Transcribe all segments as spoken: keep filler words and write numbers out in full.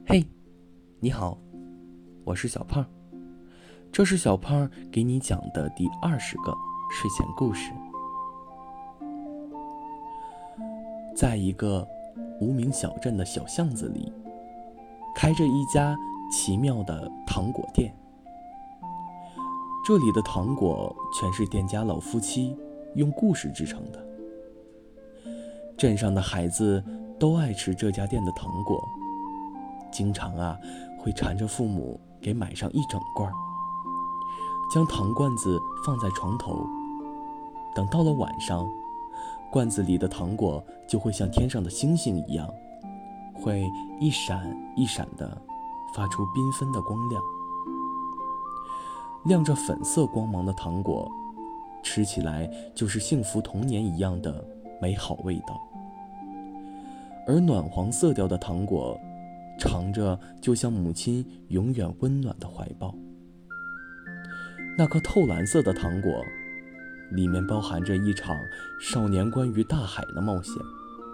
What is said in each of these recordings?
嘿，你好，我是小胖，这是小胖给你讲的第二十个睡前故事。在一个无名小镇的小巷子里，开着一家奇妙的糖果店。这里的糖果全是店家老夫妻用故事制成的。镇上的孩子都爱吃这家店的糖果，经常啊会缠着父母给买上一整罐，将糖罐子放在床头。等到了晚上，罐子里的糖果就会像天上的星星一样，会一闪一闪地发出缤纷的光亮。亮着粉色光芒的糖果，吃起来就是幸福童年一样的美好味道。而暖黄色调的糖果，尝着就像母亲永远温暖的怀抱。那颗透蓝色的糖果，里面包含着一场少年关于大海的冒险。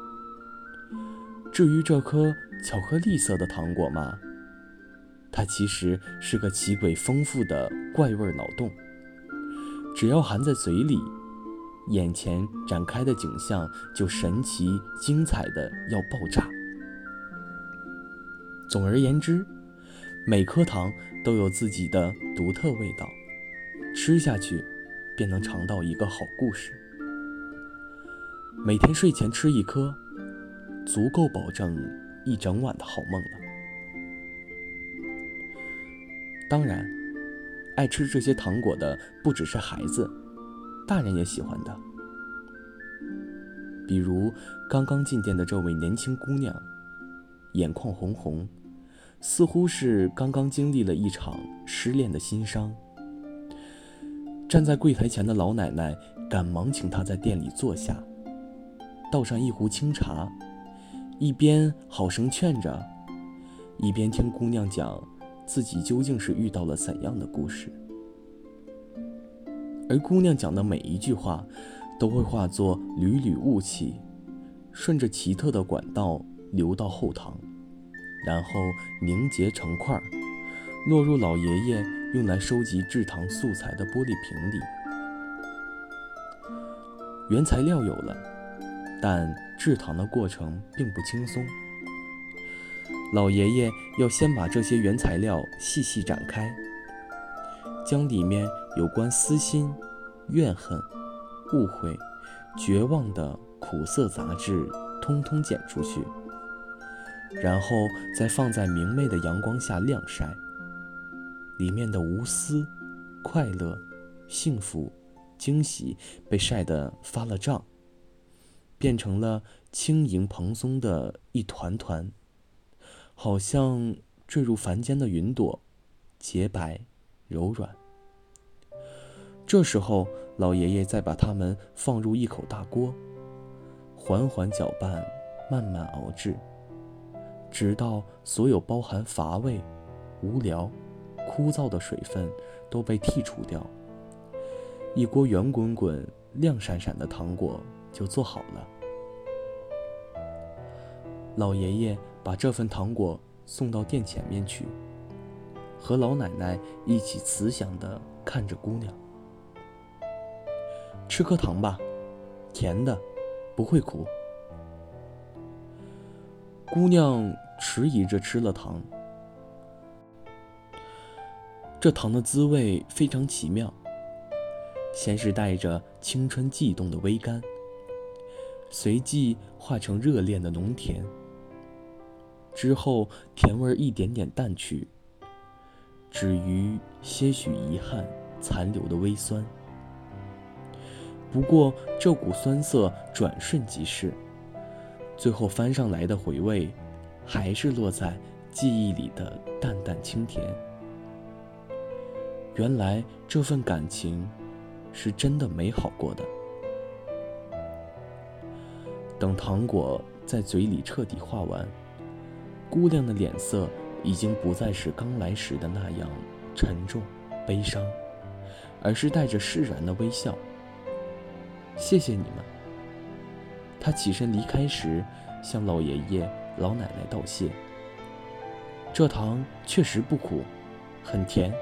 至于这颗巧克力色的糖果嘛，它其实是个奇诡丰富的怪味脑洞，只要含在嘴里，眼前展开的景象就神奇精彩的要爆炸。总而言之，每颗糖都有自己的独特味道，吃下去便能尝到一个好故事。每天睡前吃一颗，足够保证一整晚的好梦了。当然，爱吃这些糖果的不只是孩子，大人也喜欢的。比如刚刚进店的这位年轻姑娘，眼眶红红，似乎是刚刚经历了一场失恋的心伤。站在柜台前的老奶奶赶忙请她在店里坐下，倒上一壶清茶，一边好声劝着，一边听姑娘讲自己究竟是遇到了怎样的故事。而姑娘讲的每一句话都会化作缕缕雾气，顺着奇特的管道流到后堂，然后凝结成块，落入老爷爷用来收集制糖素材的玻璃瓶里。原材料有了，但制糖的过程并不轻松。老爷爷要先把这些原材料细细展开，将里面有关私心、怨恨、误会、绝望的苦涩杂质通通剪出去，然后再放在明媚的阳光下晾晒。里面的无私、快乐、幸福、惊喜被晒得发了胀，变成了轻盈蓬松的一团团，好像坠入凡间的云朵，洁白柔软。这时候老爷爷再把它们放入一口大锅，缓缓搅拌，慢慢熬制，直到所有包含乏味、无聊、枯燥的水分都被剔除掉，一锅圆滚滚、亮闪闪的糖果就做好了。老爷爷把这份糖果送到店前面去，和老奶奶一起慈祥地看着姑娘。吃颗糖吧，甜的，不会苦。姑娘迟疑着吃了糖。这糖的滋味非常奇妙，先是带着青春悸动的微甘，随即化成热恋的浓甜，之后甜味一点点淡去，止于些许遗憾残留的微酸。不过这股酸涩转瞬即逝，最后翻上来的回味还是落在记忆里的淡淡清甜。原来这份感情是真的美好过的。等糖果在嘴里彻底化完，姑娘的脸色已经不再是刚来时的那样沉重悲伤，而是带着释然的微笑。谢谢你们。她起身离开时，向老爷爷老奶奶道谢。 这糖确实不苦，很甜。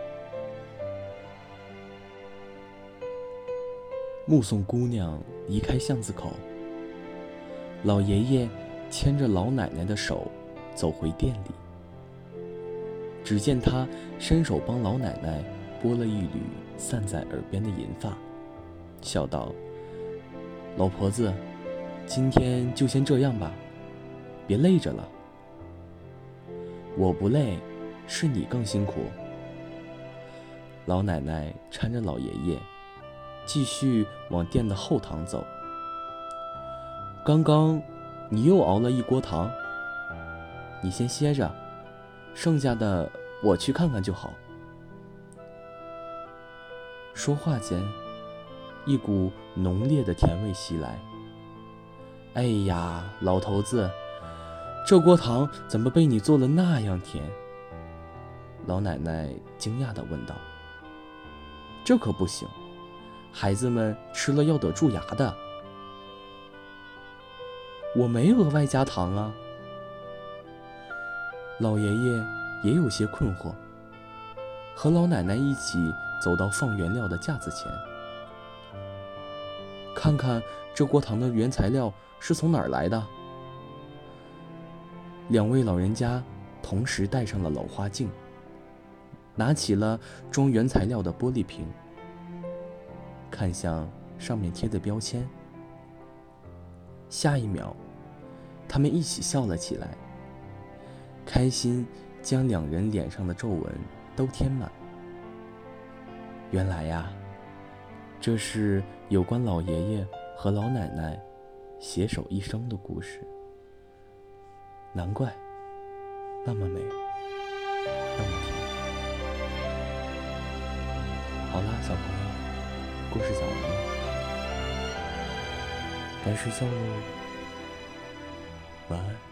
目送姑娘离开巷子口，老爷爷牵着老奶奶的手走回店里。只见他伸手帮老奶奶拨了一缕散在耳边的银发，笑道：“老婆子，今天就先这样吧，别累着了。”“我不累，是你更辛苦。”老奶奶搀着老爷爷继续往店的后堂走。“刚刚你又熬了一锅糖，你先歇着，剩下的我去看看就好。”说话间，一股浓烈的甜味袭来。“哎呀，老头子，这锅糖怎么被你做了那样甜？”老奶奶惊讶地问道。“这可不行，孩子们吃了要得蛀牙的。”“我没额外加糖啊。”老爷爷也有些困惑，和老奶奶一起走到放原料的架子前，看看这锅糖的原材料是从哪儿来的。两位老人家同时戴上了老花镜，拿起了装原材料的玻璃瓶，看向上面贴的标签。下一秒，他们一起笑了起来，开心将两人脸上的皱纹都填满。原来呀，这是有关老爷爷和老奶奶携手一生的故事。难怪那么美，那么甜。好啦，小朋友，故事讲完了，该睡觉喽，晚安。